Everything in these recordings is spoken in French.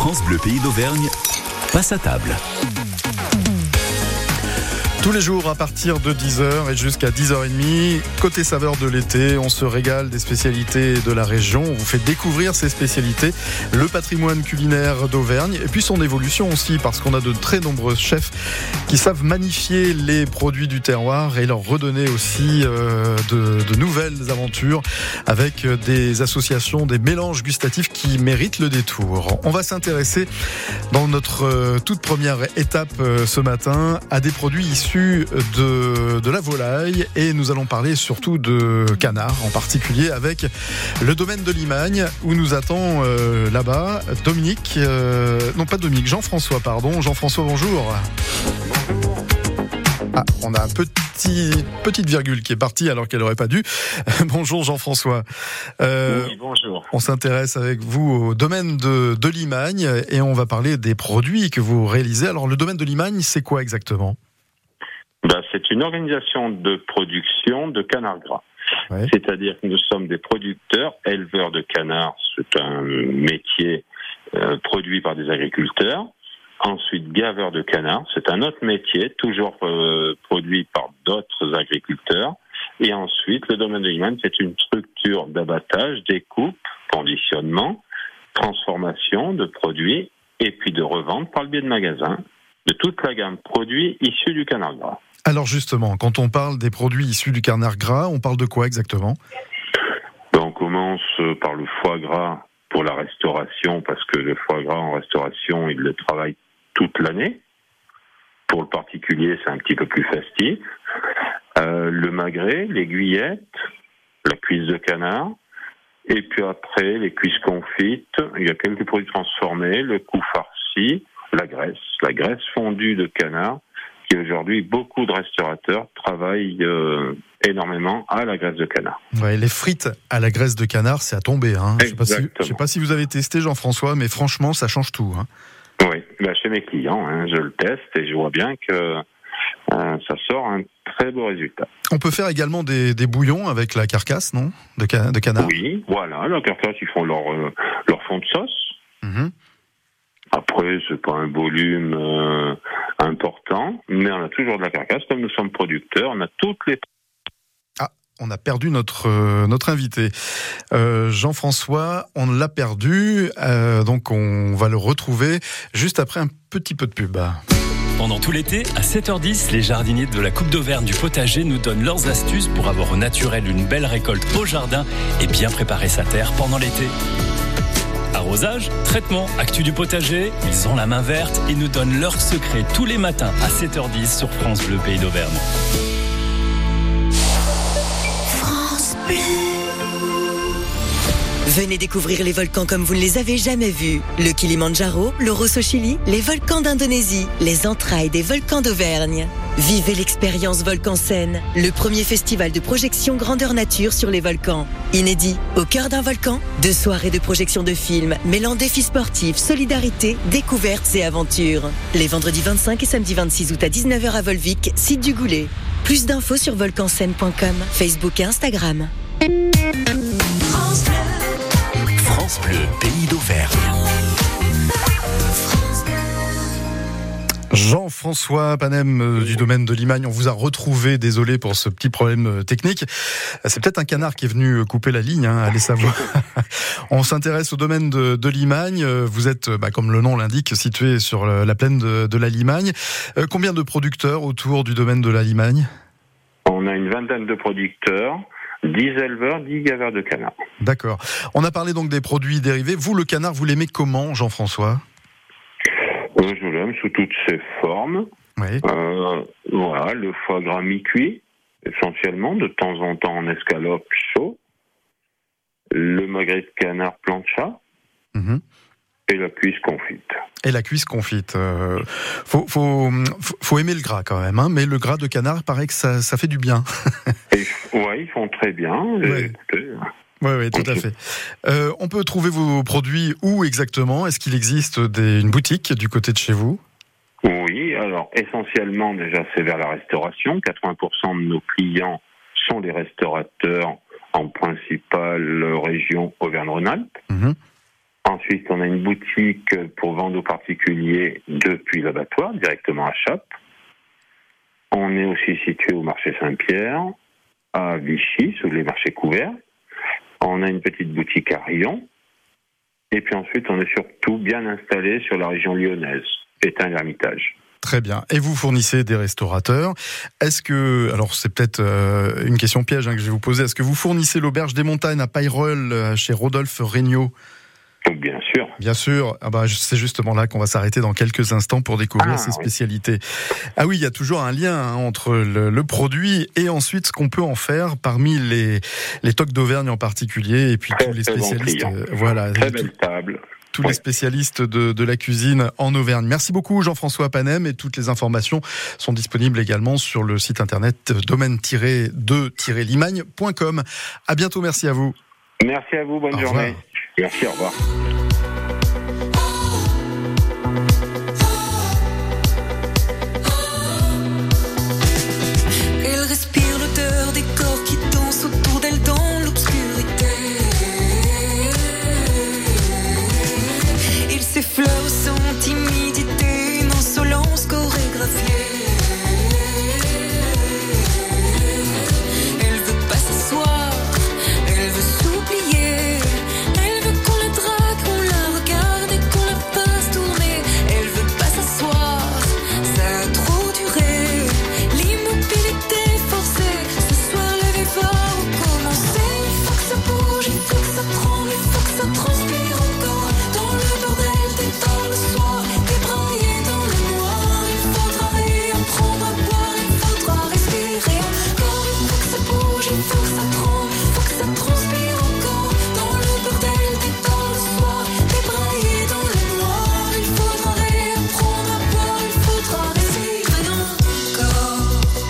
France Bleu Pays d'Auvergne passe à table. Tous les jours à partir de 10h et jusqu'à 10h30, côté saveur de l'été, on se régale des spécialités de la région. On vous fait découvrir ces spécialités, le patrimoine culinaire d'Auvergne et puis son évolution aussi, parce qu'on a de très nombreux chefs qui savent magnifier les produits du terroir et leur redonner aussi de nouvelles aventures avec des associations, des mélanges gustatifs qui méritent le détour. On va s'intéresser dans notre toute première étape ce matin à des produits issus de la volaille, et nous allons parler surtout de canard en particulier avec le domaine de Limagne où nous attend là-bas Dominique, Jean-François, Jean-François, bonjour. Ah, on a un petite virgule qui est partie alors qu'elle n'aurait pas dû. Bonjour Jean-François. Oui, bonjour. On s'intéresse avec vous au domaine de Limagne et on va parler des produits que vous réalisez. Alors le domaine de Limagne, c'est quoi exactement ? C'est une organisation de production de canard gras. Ouais. C'est-à-dire que nous sommes des producteurs, éleveurs de canards. C'est un métier produit par des agriculteurs. Ensuite, gaveurs de canards. C'est un autre métier, toujours produit par d'autres agriculteurs. Et ensuite, le domaine de Limagne, c'est une structure d'abattage, découpe, conditionnement, transformation de produits et puis de revente par le biais de magasins de toute la gamme produits issus du canard gras. Alors justement, quand on parle des produits issus du canard gras, on parle de quoi exactement ? On commence par le foie gras pour la restauration, parce que le foie gras en restauration, il le travaille toute l'année. Pour le particulier, c'est un petit peu plus festif. Le magret, l'aiguillette, la cuisse de canard, et puis après, les cuisses confites, il y a quelques produits transformés, le cou farci, la graisse fondue de canard, qui aujourd'hui, beaucoup de restaurateurs travaillent énormément à la graisse de canard. Ouais, les frites à la graisse de canard, c'est à tomber. Je ne sais pas si vous avez testé, Jean-François, mais franchement, ça change tout. Oui, chez mes clients, je le teste et je vois bien que ça sort un très beau résultat. On peut faire également des bouillons avec la carcasse, non, de canard ? Oui, voilà, la carcasse, ils font leur fond de sauce. Mm-hmm. Après, c'est pas un volume important, mais on a toujours de la carcasse. Comme nous sommes producteurs, on a toutes les... Ah, on a perdu notre invité. Jean-François, on l'a perdu, donc on va le retrouver juste après un petit peu de pub. Pendant tout l'été, à 7h10, les jardiniers de la Coupe d'Auvergne du potager nous donnent leurs astuces pour avoir au naturel une belle récolte au jardin et bien préparer sa terre pendant l'été. Arrosage, traitement, actu du potager, ils ont la main verte et nous donnent leurs secrets tous les matins à 7h10 sur France Bleu Pays d'Auvergne. France Bleu. Venez découvrir les volcans comme vous ne les avez jamais vus. Le Kilimandjaro, le Rosso Chili, les volcans d'Indonésie, les entrailles des volcans d'Auvergne. Vivez l'expérience Volcan Scène, le premier festival de projection grandeur nature sur les volcans. Inédit, au cœur d'un volcan, 2 soirées de projection de films mêlant défis sportifs, solidarité, découvertes et aventures. Les vendredis 25 et samedi 26 août à 19h à Volvic, site du Goulet. Plus d'infos sur volcanscène.com, Facebook et Instagram. France Bleu, Pays d'Auvergne. Jean-François Panem du domaine de Limagne, on vous a retrouvé, désolé pour ce petit problème technique. C'est peut-être un canard qui est venu couper la ligne, allez savoir. On s'intéresse au domaine de Limagne. Vous êtes, comme le nom l'indique, situé sur la plaine de la Limagne. Combien de producteurs autour du domaine de la Limagne ? On a une vingtaine de producteurs. 10 éleveurs, 10 gaveurs de canard. D'accord. On a parlé donc des produits dérivés. Vous, le canard, vous l'aimez comment, Jean-François ? Je l'aime sous toutes ses formes. Oui. Voilà, le foie gras mi-cuit, essentiellement, de temps en temps en escalope chaud. Le magret de canard plancha. Mm-hmm. Et la cuisse confite. Et la cuisse confite. Faut aimer le gras quand même, mais le gras de canard, paraît que ça fait du bien. Oui, ils font très bien. Ouais. Oui, tout à fait. On peut trouver vos produits où exactement ? Est-ce qu'il existe une boutique du côté de chez vous ? Oui, alors essentiellement déjà c'est vers la restauration. 80% de nos clients sont des restaurateurs en principale région Auvergne-Rhône-Alpes. Mmh. Ensuite, on a une boutique pour vendre aux particuliers depuis l'abattoir, directement à Chop. On est aussi situé au marché Saint-Pierre, à Vichy, sous les marchés couverts. On a une petite boutique à Rion. Et puis ensuite, on est surtout bien installé sur la région lyonnaise, Étain-l'Hermitage. Très bien. Et vous fournissez des restaurateurs. Est-ce que, alors c'est peut-être une question piège que je vais vous poser, est-ce que vous fournissez l'auberge des montagnes à Paillerolle chez Rodolphe Regnault ? Bien sûr. Bien sûr. C'est justement là qu'on va s'arrêter dans quelques instants pour découvrir ces spécialités. Ah oui, il y a toujours un lien entre le produit et ensuite ce qu'on peut en faire parmi les toques d'Auvergne en particulier et puis tous les spécialistes. Voilà. Très belle table. Tous les spécialistes de la cuisine en Auvergne. Merci beaucoup Jean-François Panem et toutes les informations sont disponibles également sur le site internet domaine-2-limagne.com. À bientôt, merci à vous. Merci à vous, bonne journée. Merci, au revoir. Elle respire l'odeur des corps qui dansent autour d'elle dans l'obscurité. Il s'effleure sans timidité, une insolence chorégraphiée. Elle veut pas s'asseoir, elle veut s'oublier. Elle veut qu'on la drague, qu'on la regarde et qu'on la fasse tourner. Elle veut pas s'asseoir, ça a trop duré. L'immobilité forcée, ce soir la vie va recommencer. Il faut que ça bouge, il faut que ça tremble, il faut que ça transpire encore. Dans le bordel des temps le soir, débraillé dans le noir. Il faudra réapprendre à boire, il faudra respirer encore. Il faut que ça bouge, il faut que ça tremble, il faut que ça transpire encore. Dans le bordel des temps le soir, débraillé dans le noir. Il faudra réapprendre à boire, il faudra respirer encore.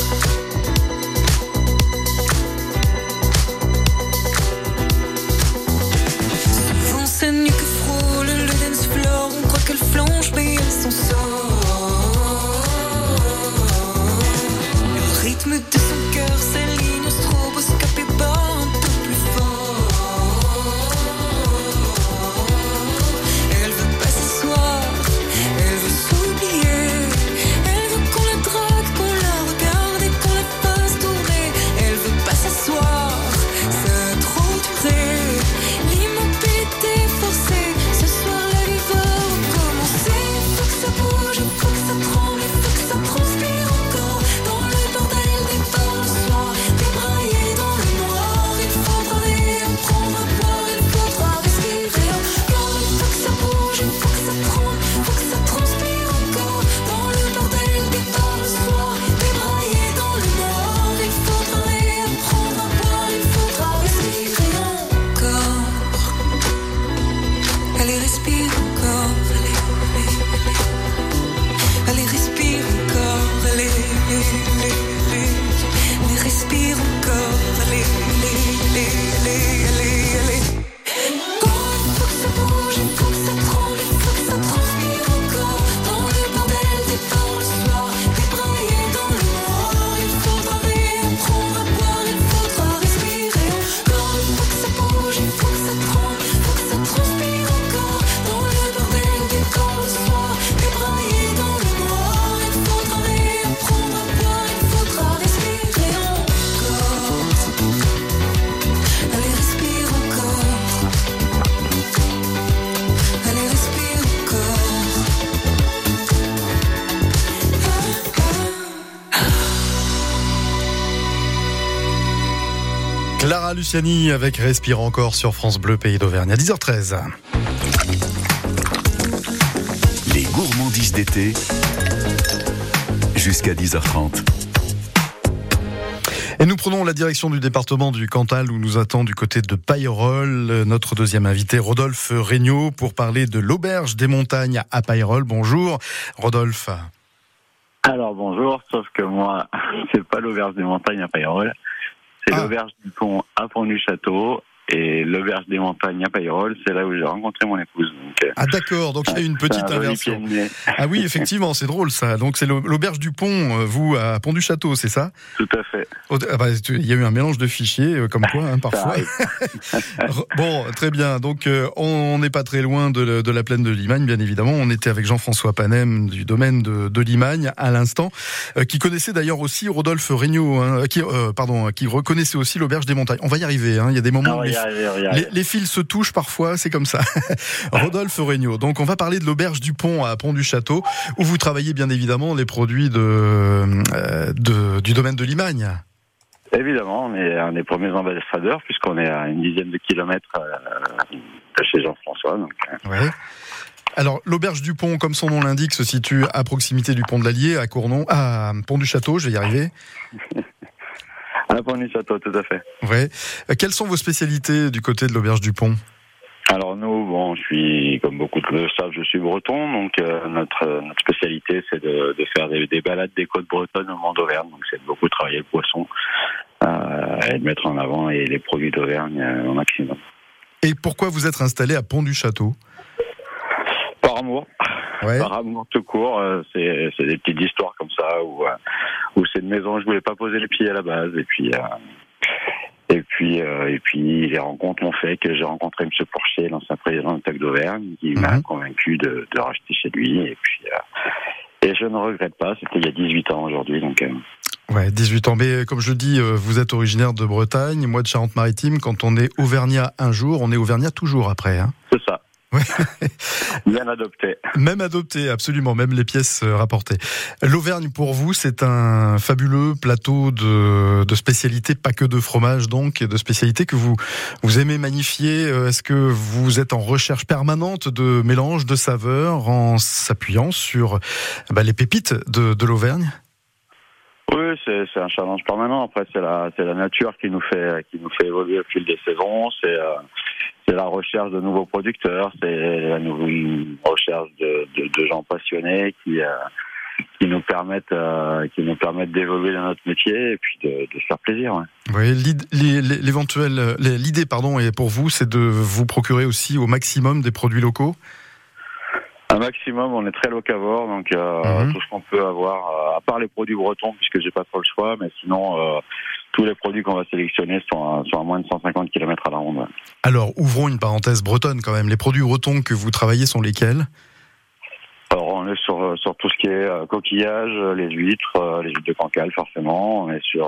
Souvent sa nuque frôle le dance floor. On croit qu'elle flanche mais elle s'en sort. Le rythme de son cœur s'aligne au stroboscope et bat un peu plus fort. Elle veut pas s'asseoir, elle veut s'oublier. Elle veut qu'on la drague, qu'on la regarde et qu'on la fasse tourner. Elle veut pas s'asseoir, ça a trop duré. L'immobilité forcée, ce soir la vie va recommencer. Il faut que ça bouge, il faut que ça tremble, il faut que ça transpire encore. Dans le bordel des bars le soir, débraillé dans le noir. Il faudra réapprendre à boire, il faudra respirer encore. Il faut que ça bouge, il faut que ça tremble, il faut que ça transpire encore. Dans le bordel des bars le soir, débraillé dans le noir. Il faudra réapprendre à boire, il faudra respirer encore. Allez, respire encore, allez, respire encore, allez, respire encore, allez. Encore, il faut que ça bouge, il faut que ça tremble, il faut que ça transpire encore. Dans le bordel des bars le soir, débraillé dans le noir. Il faudra réapprendre à boire, il faudra respirer encore. Il faut que ça bouge, il faut que ça tremble, il faut que ça transpire encore. Dans le bordel des bars le soir, débraillé dans le noir. Il faudra réapprendre à boire, il faudra respirer encore. Allez, respire encore. Allez, respire encore. Clara Luciani avec Respire encore sur France Bleu Pays d'Auvergne à 10h13. Les gourmandises d'été, jusqu'à 10h30. Et nous prenons la direction du département du Cantal où nous attend du côté de Paillerolle notre deuxième invité Rodolphe Regnault pour parler de l'auberge des montagnes à Paillerolle. Bonjour Rodolphe. Alors bonjour, sauf que moi, c'est pas l'auberge des montagnes à Paillerolle, c'est l'auberge du pont à Pont-du-Château, Et l'auberge des montagnes à Payrolles, c'est là où j'ai rencontré mon épouse. Donc, Ah d'accord, donc il y a une petite inversion. Ah oui, effectivement, c'est drôle ça. Donc c'est l'auberge du Pont, vous, à Pont-du-Château, c'est ça ? Tout à fait. Il y a eu un mélange de fichiers, comme quoi, parfois. Bon, très bien. Donc on n'est pas très loin de la plaine de Limagne, bien évidemment. On était avec Jean-François Panem du domaine de Limagne à l'instant, qui connaissait d'ailleurs aussi Rodolphe Regnault, qui reconnaissait aussi l'auberge des montagnes. On va y arriver, il y a des moments où les fils se touchent parfois, c'est comme ça. Rodolphe Regnault. Donc on va parler de l'auberge du Pont à Pont-du-Château, où vous travaillez bien évidemment les produits du domaine de Limagne. Évidemment, on est un des premiers ambassadeurs, puisqu'on est à une dizaine de kilomètres de chez Jean-François. Donc, ouais. Alors, l'auberge du Pont, comme son nom l'indique, se situe à proximité du pont de l'Allier, à Pont-du-Château, je vais y arriver. À Pont-du-Château, tout à fait. Ouais. Quelles sont vos spécialités du côté de l'auberge du Pont ? Alors nous, je suis, comme beaucoup le savent, je suis breton, donc notre spécialité c'est de faire des balades des côtes bretonnes au Mont d'Auvergne, donc c'est de beaucoup travailler le poisson et de mettre en avant les produits d'Auvergne au maximum. Et pourquoi vous êtes installé à Pont-du-Château ? Par amour. Ouais. Par amour tout court, c'est des petites histoires comme ça où c'est une maison où je voulais pas poser les pieds à la base et puis les rencontres ont fait que j'ai rencontré M. Pourchier, l'ancien président de TAC d'Auvergne, qui m'a convaincu de racheter chez lui. Et je ne regrette pas, c'était il y a 18 ans aujourd'hui. Donc, Ouais, 18 ans. Mais comme je le dis, vous êtes originaire de Bretagne, moi de Charente-Maritime. Quand on est auvergnat un jour, on est auvergnat toujours après. C'est ça. Ouais. Bien adopté. Même adopté, absolument, même les pièces rapportées. L'Auvergne, pour vous, c'est un fabuleux plateau de spécialités, pas que de fromage, donc, de spécialités que vous aimez magnifier. Est-ce que vous êtes en recherche permanente de mélange de saveurs en s'appuyant sur les pépites de l'Auvergne ? Oui, c'est un challenge permanent. Après, c'est la nature qui nous fait évoluer au fil des saisons. C'est la recherche de nouveaux producteurs. C'est la recherche de gens passionnés qui nous permettent d'évoluer dans notre métier et puis de se faire plaisir. Ouais. Oui, l'idée, et pour vous, c'est de vous procurer aussi au maximum des produits locaux. Un maximum, on est très locavore, donc tout ce qu'on peut avoir, à part les produits bretons, puisque j'ai pas trop le choix, mais sinon tous les produits qu'on va sélectionner sont à moins de 150 km à la ronde. Ouais. Alors, ouvrons une parenthèse bretonne quand même. Les produits bretons que vous travaillez sont lesquels ? Alors, on est sur tout ce qui est coquillages, les huîtres de Cancale forcément.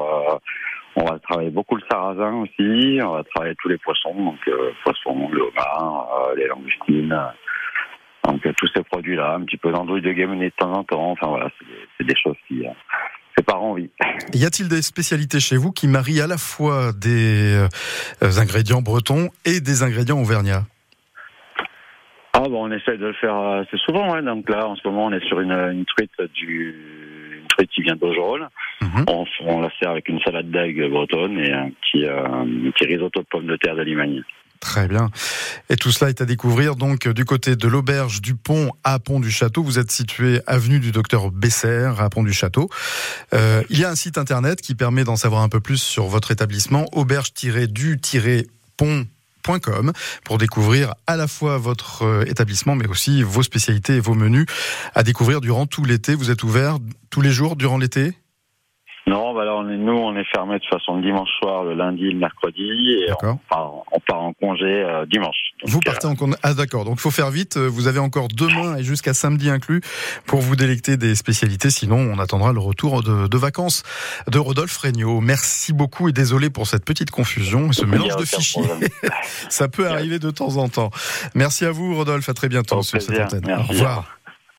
On va travailler beaucoup le sarrasin aussi. On va travailler tous les poissons, donc poissons, le homard, les langoustines. Donc tous ces produits-là, un petit peu d'andouille de Guémené de temps en temps, enfin voilà, c'est des choses qui c'est par envie. Y a-t-il des spécialités chez vous qui marient à la fois des ingrédients bretons et des ingrédients auvergnats ? On essaie de le faire assez souvent, ouais. Donc là, en ce moment, on est sur une truite qui vient d'Augerolles. On la sert avec une salade d'algues bretonne et un petit risotto de pommes de terre de Limagne. Très bien. Et tout cela est à découvrir donc du côté de l'auberge du Pont à Pont-du-Château. Vous êtes situé avenue du Docteur Bessert à Pont-du-Château. Il y a un site internet qui permet d'en savoir un peu plus sur votre établissement, auberge-du-pont.com, pour découvrir à la fois votre établissement mais aussi vos spécialités et vos menus à découvrir durant tout l'été. Vous êtes ouvert tous les jours durant l'été ? Non, là on est fermé de toute façon le dimanche soir, le lundi, le mercredi, et on part en congé dimanche. Donc, vous partez en congé. Ah d'accord, donc il faut faire vite. Vous avez encore demain et jusqu'à samedi inclus pour vous délecter des spécialités. Sinon, on attendra le retour de vacances de Rodolphe Regnault. Merci beaucoup et désolé pour cette petite confusion et ce mélange de fichiers. Ça peut arriver de temps en temps. Merci à vous, Rodolphe. À très bientôt sur cette antenne. Au revoir.